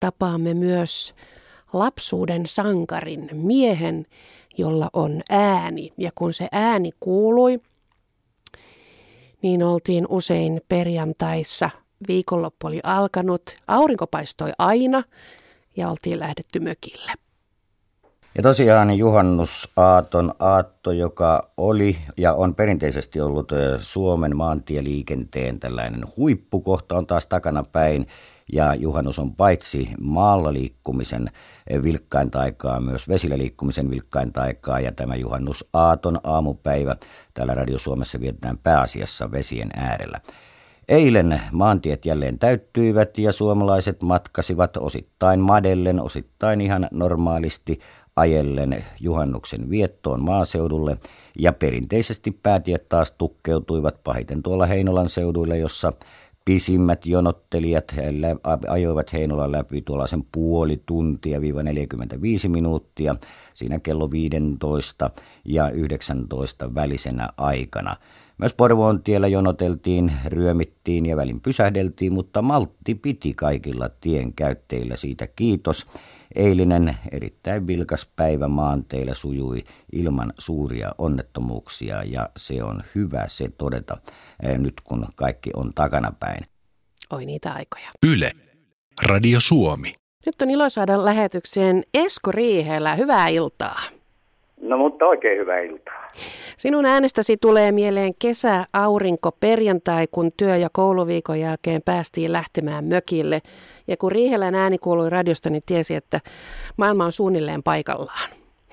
tapaamme myös lapsuuden sankarin, miehen, jolla on ääni. Ja kun se ääni kuului, niin oltiin usein perjantaissa. Viikonloppu oli alkanut, aurinko paistoi aina ja oltiin lähdetty mökille. Ja tosiaan juhannusaaton aatto, joka oli ja on perinteisesti ollut Suomen maantieliikenteen tällainen huippukohta, on taas takana päin. Ja juhannus on paitsi maalla liikkumisen vilkkainta aikaa, myös vesillä liikkumisen vilkkainta aikaa. Ja tämä juhannusaaton aamupäivä täällä Radio Suomessa vietetään pääasiassa vesien äärellä. Eilen maantiet jälleen täyttyivät ja suomalaiset matkasivat osittain madellen, osittain ihan normaalisti ajellen juhannuksen viettoon maaseudulle. Ja perinteisesti päätiet taas tukkeutuivat pahiten tuolla Heinolan seuduille, jossa pisimmät jonottelijat ajoivat Heinolan läpi tuollaisen puoli tuntia - 45 minuuttia siinä kello 15 ja 19 välisenä aikana. Myös Porvoon tiellä jonoteltiin, ryömittiin ja välin pysähdeltiin, mutta maltti piti kaikilla tien käyttäjillä, siitä kiitos. Eilinen erittäin vilkas päivä maanteillä sujui ilman suuria onnettomuuksia ja se on hyvä se todeta nyt kun kaikki on takanapäin. Oi niitä aikoja. Yle, Radio Suomi. Nyt on ilo saada lähetykseen Esko Riihelä. Hyvää iltaa. No mutta oikein hyvää iltaa. Sinun äänestäsi tulee mieleen kesäaurinko perjantai, kun työ- ja kouluviikon jälkeen päästiin lähtemään mökille. Ja kun Riihelän ääni kuului radiosta, niin tiesi, että maailma on suunnilleen paikallaan.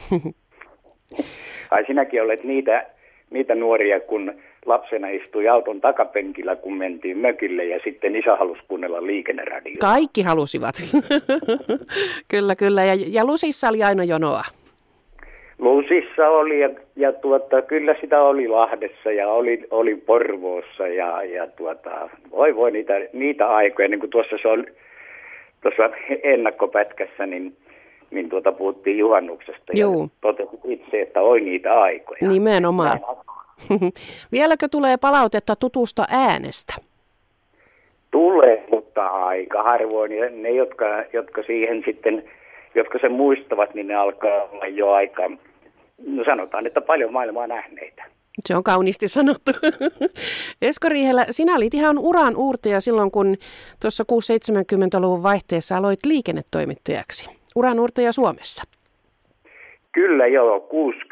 Ai sinäkin olet niitä nuoria, kun lapsena istui auton takapenkillä, kun mentiin mökille ja sitten isä halusi kuunnella liikenneradioa. Kaikki halusivat. Kyllä. Ja Lusissa oli aina jonoa. Lusissa oli ja kyllä sitä oli Lahdessa ja oli Porvoossa ja voi niitä aikoja, niin kuin tuossa ennakkopätkässä, niin puhuttiin juhannuksesta. Juu. Ja totesit itse, että oi niitä aikoja. Nimenomaan. Vieläkö tulee palautetta tutusta äänestä? Tulee, mutta aika harvoin. Ja ne, jotka siihen sitten, jotka sen muistavat, niin ne alkaa olla jo aika, no sanotaan, että paljon maailmaa nähneitä. Se on kauniisti sanottu. Esko Riihelä, sinä olit ihan uran uurtaja silloin, kun tuossa 60-70-luvun vaihteessa aloit liikennetoimittajaksi. Uran uurtaja Suomessa. Kyllä joo,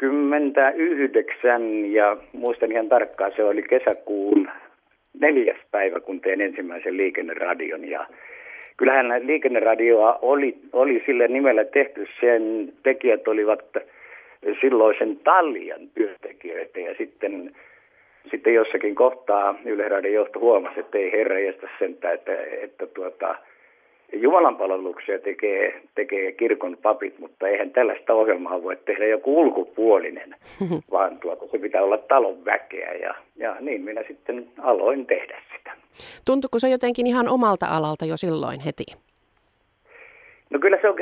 69 ja muistan ihan tarkkaan, se oli kesäkuun 4. päivä, kun tein ensimmäisen liikenneradion. Ja kyllähän liikenneradioa oli sillä nimellä tehty, sen tekijät olivat silloisen Tallian työntekijöitä ja sitten jossakin kohtaa Yle Radion johto huomasi, että ei herranjestas sentään, että jumalanpalveluksia tekee kirkon papit, mutta eihän tällaista ohjelmaa voi tehdä joku ulkopuolinen, vaan se pitää olla talon väkeä ja niin minä sitten aloin tehdä sitä. Tuntuiko se jotenkin ihan omalta alalta jo silloin heti? No kyllä se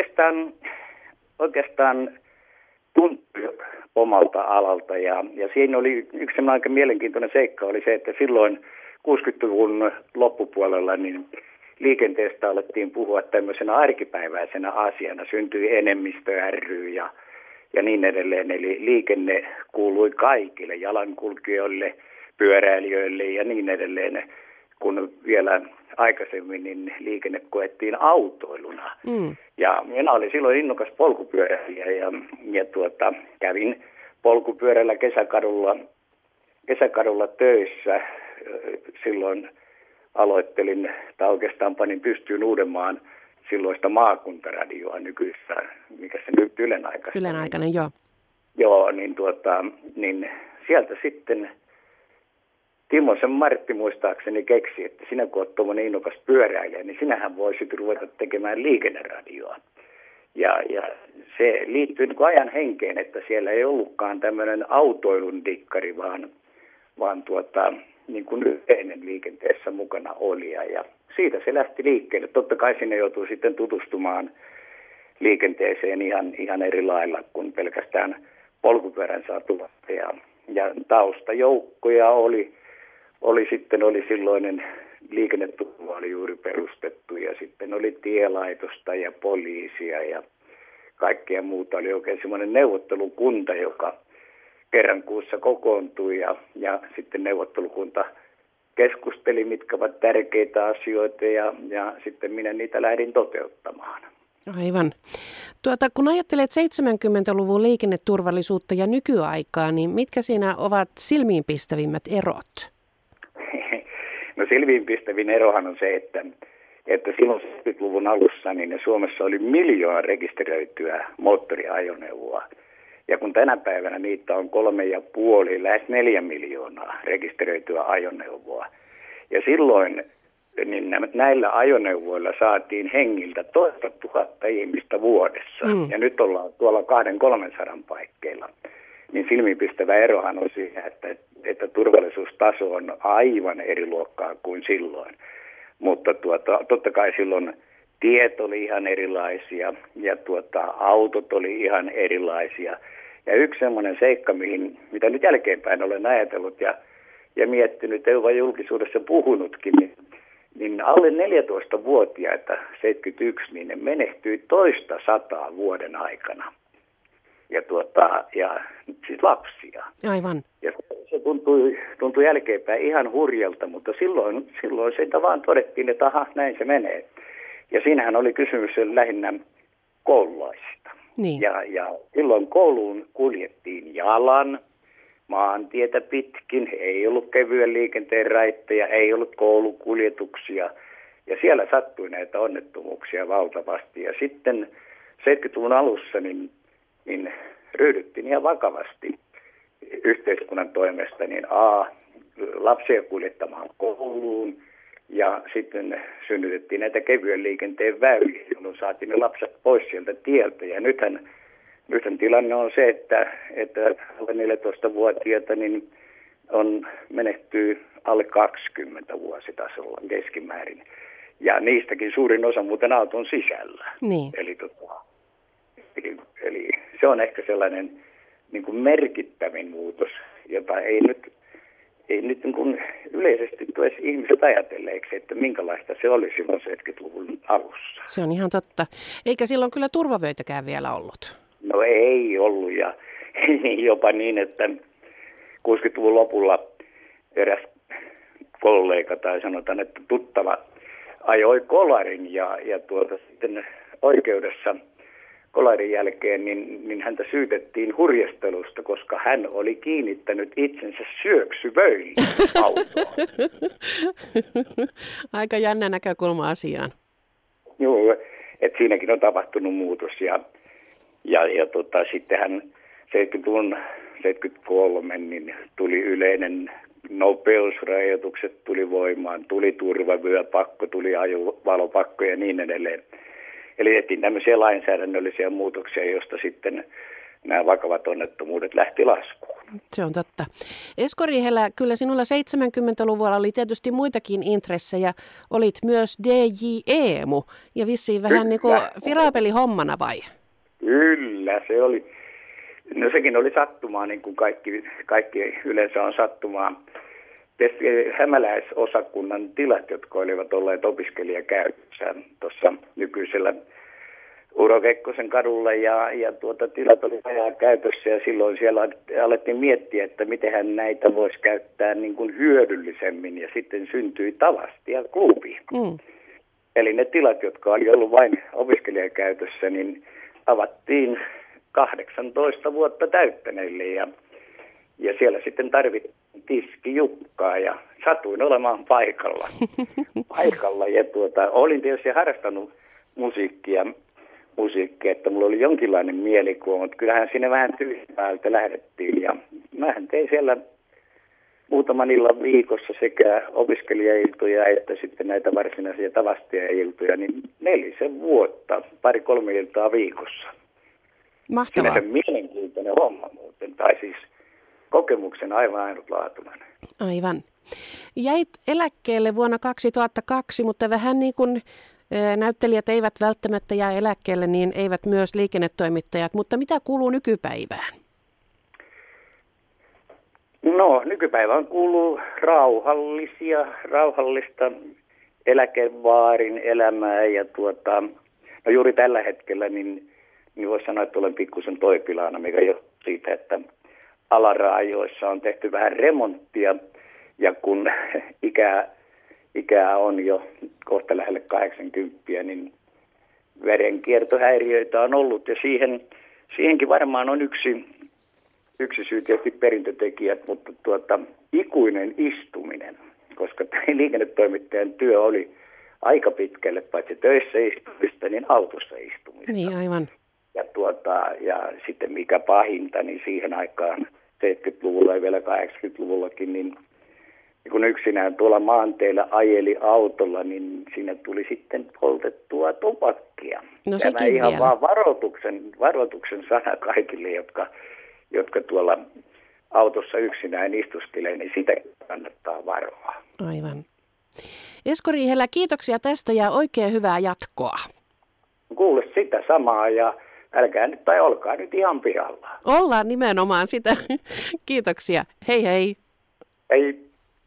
oikeastaan tuntui omalta alalta ja siinä oli yksi aika mielenkiintoinen seikka oli se, että silloin 60-luvun loppupuolella niin liikenteestä alettiin puhua tämmöisenä arkipäiväisenä asiana. Syntyi enemmistö ry ja niin edelleen. Eli liikenne kuului kaikille, jalankulkijoille, pyöräilijöille ja niin edelleen. Kun vielä aikaisemmin niin liikenne koettiin autoiluna. Ja minä olin silloin innokas polkupyöräilijä ja kävin polkupyörällä kesäkadulla töissä. Silloin aloittelin, tai oikeastaan panin pystyyn Uudenmaan silloista maakuntaradioa nykyistä, mikä se nyt Ylenaikaista. Ylenaikainen, joo. Joo, niin sieltä sitten Timosen Martti muistaakseni keksi, että sinä kun olet tuommoinen innokas pyöräilijä, niin sinähän voisit ruveta tekemään liikenneradioa. Ja se liittyy niin kuin ajan henkeen, että siellä ei ollutkaan tämmöinen autoilun dikkari, vaan niin kuin yhteinen liikenteessä mukana oli. Ja siitä se lähti liikkeelle. Totta kai sinne joutui sitten tutustumaan liikenteeseen ihan eri lailla kuin pelkästään polkupyörän satuvat. Ja taustajoukkoja oli silloinen liikenneturva oli juuri perustettu ja sitten oli tielaitosta ja poliisia ja kaikkea muuta. Oli oikein semmoinen neuvottelukunta, joka kerran kuussa kokoontui ja sitten neuvottelukunta keskusteli, mitkä ovat tärkeitä asioita ja sitten minä niitä lähdin toteuttamaan. Aivan. Kun ajattelet 70-luvun liikenneturvallisuutta ja nykyaikaa, niin mitkä siinä ovat silmiinpistävimmät erot? No silmiinpistävin erohan on se, että silloin 70-luvun alussa niin Suomessa oli 1 miljoona rekisteröityä moottoriajoneuvoa. Ja kun tänä päivänä niitä on 3,5, lähes 4 miljoonaa rekisteröityä ajoneuvoa. Ja silloin niin näillä ajoneuvoilla saatiin hengiltä 100 000 ihmistä vuodessa. Ja nyt ollaan tuolla 200-300 paikkeilla. Niin silmiinpistävä erohan on siinä, että turvallisuustaso on aivan eri luokkaa kuin silloin. Mutta totta kai silloin tiet oli ihan erilaisia ja autot oli ihan erilaisia. Ja yksi semmoinen seikka, mitä nyt jälkeenpäin olen ajatellut ja miettinyt, ei ole julkisuudessa puhunutkin, niin alle 14-vuotiaita 71, niin ne menehtyi 200 vuoden aikana. Ja siis lapsia. Aivan. Ja se tuntui jälkeenpäin ihan hurjalta, mutta silloin sitä vaan todettiin, että aha, näin se menee. Ja siinähän oli kysymys lähinnä koululaisista. Niin. Ja silloin kouluun kuljettiin jalan, maantietä pitkin, ei ollut kevyen liikenteen raitteja, ei ollut koulukuljetuksia. Ja siellä sattui näitä onnettomuuksia valtavasti. Ja sitten 70-luvun alussa niin ryhdyttiin ihan vakavasti yhteiskunnan toimesta lapsia kuljettamaan kouluun. Ja sitten synnytettiin näitä kevyen liikenteen väyliä, jolloin saatiin ne lapset pois sieltä tieltä. Ja nythän tilanne on se, että alle 14-vuotiaita niin menehtyy alle 20 vuositasolla keskimäärin. Ja niistäkin suurin osa muuten auton sisällä. Niin. Eli se on ehkä sellainen niin kuin merkittävin muutos, jota ei nyt niin kuin yleisesti tule ihmiset ajatelleeksi, että minkälaista se oli silloin 70-luvun alussa. Se on ihan totta. Eikä silloin kyllä turvavöitäkään vielä ollut. No ei ollut ja jopa niin, että 60-luvun lopulla eräs kollega tai sanotaan, että tuttava ajoi kolarin ja sitten oikeudessa kolarin jälkeen niin häntä syytettiin hurjastelusta, koska hän oli kiinnittänyt itsensä syöksyvöihin autoon. Aika jännä näkökulma asiaan. Joo, että siinäkin on tapahtunut muutos ja sittenhän 70-luvun 73 niin tuli yleinen nopeusrajoitukset tuli voimaan, tuli turvavyöpakko, tuli ajovalopakko ja niin edelleen. Eli tehtiin tämmöisiä lainsäädännöllisiä muutoksia, joista sitten nämä vakavat onnettomuudet lähti laskuun. Se on totta. Esko Riihelä, kyllä sinulla 70-luvulla oli tietysti muitakin intressejä. Olit myös DJ-emu ja vissiin vähän niin kuin firaapelihommana vai? Kyllä, se oli. No sekin oli sattumaa, niin kuin kaikki yleensä on sattumaa. Hämäläisosakunnan tilat, jotka olivat olleet opiskelijakäytössä tuossa nykyisellä Urho Kekkosen kadulla ja tilat oli käytössä ja silloin siellä alettiin miettiä, että mitenhän näitä voisi käyttää niin kuin hyödyllisemmin ja sitten syntyi Tavastia klubi. Eli ne tilat, jotka oli ollut vain opiskelijakäytössä, niin avattiin 18 vuotta täyttäneille ja siellä sitten tarvittiin tiskijukkaa ja satuin olemaan paikalla ja olin tietysti harrastanut musiikkia, että mulla oli jonkinlainen mielikuva, mutta kyllähän sinne vähän tyhjältä lähdettiin ja mähän tein siellä muutaman illan viikossa sekä opiskelijailtoja että sitten näitä varsinaisia Tavastia-iltoja, niin 4 vuotta, 2-3 iltaa viikossa. Mahtavaa. Sinänsä mielenkiintoinen homma muuten, tai siis kokemuksen aivan ainutlaatuinen. Aivan. Jäit eläkkeelle vuonna 2002, mutta vähän niin kuin näyttelijät eivät välttämättä jää eläkkeelle, niin eivät myös liikennetoimittajat. Mutta mitä kuuluu nykypäivään? No, nykypäivään kuuluu rauhallista eläkevaarin elämää ja no juuri tällä hetkellä niin voisi sanoa, että olen pikkusen toipilaana, mikä johtuu siitä, että alaraajoissa on tehty vähän remonttia ja kun ikää on jo kohta lähelle 80, niin verenkiertohäiriöitä on ollut ja siihenkin varmaan on yksi syy tietysti perintötekijät, mutta ikuinen istuminen, koska liikennetoimittajan työ oli aika pitkälle paitsi töissä istumista, niin autossa istumista. Niin, aivan. Ja sitten mikä pahinta, niin siihen aikaan 70-luvulla ja vielä 80-luvullakin, niin kun yksinään tuolla maanteilla ajeli autolla, niin siinä tuli sitten poltettua tupakkia. No tämä sekin ihan vielä. vaan varoituksen sana kaikille, jotka tuolla autossa yksinään istuskelee, niin sitä kannattaa varoa. Aivan. Esko Riihelä, kiitoksia tästä ja oikein hyvää jatkoa. Kuule sitä samaa ja älkää nyt tai olkaa nyt ihan pihalla. Ollaan nimenomaan sitä. Kiitoksia. Hei hei. Ei.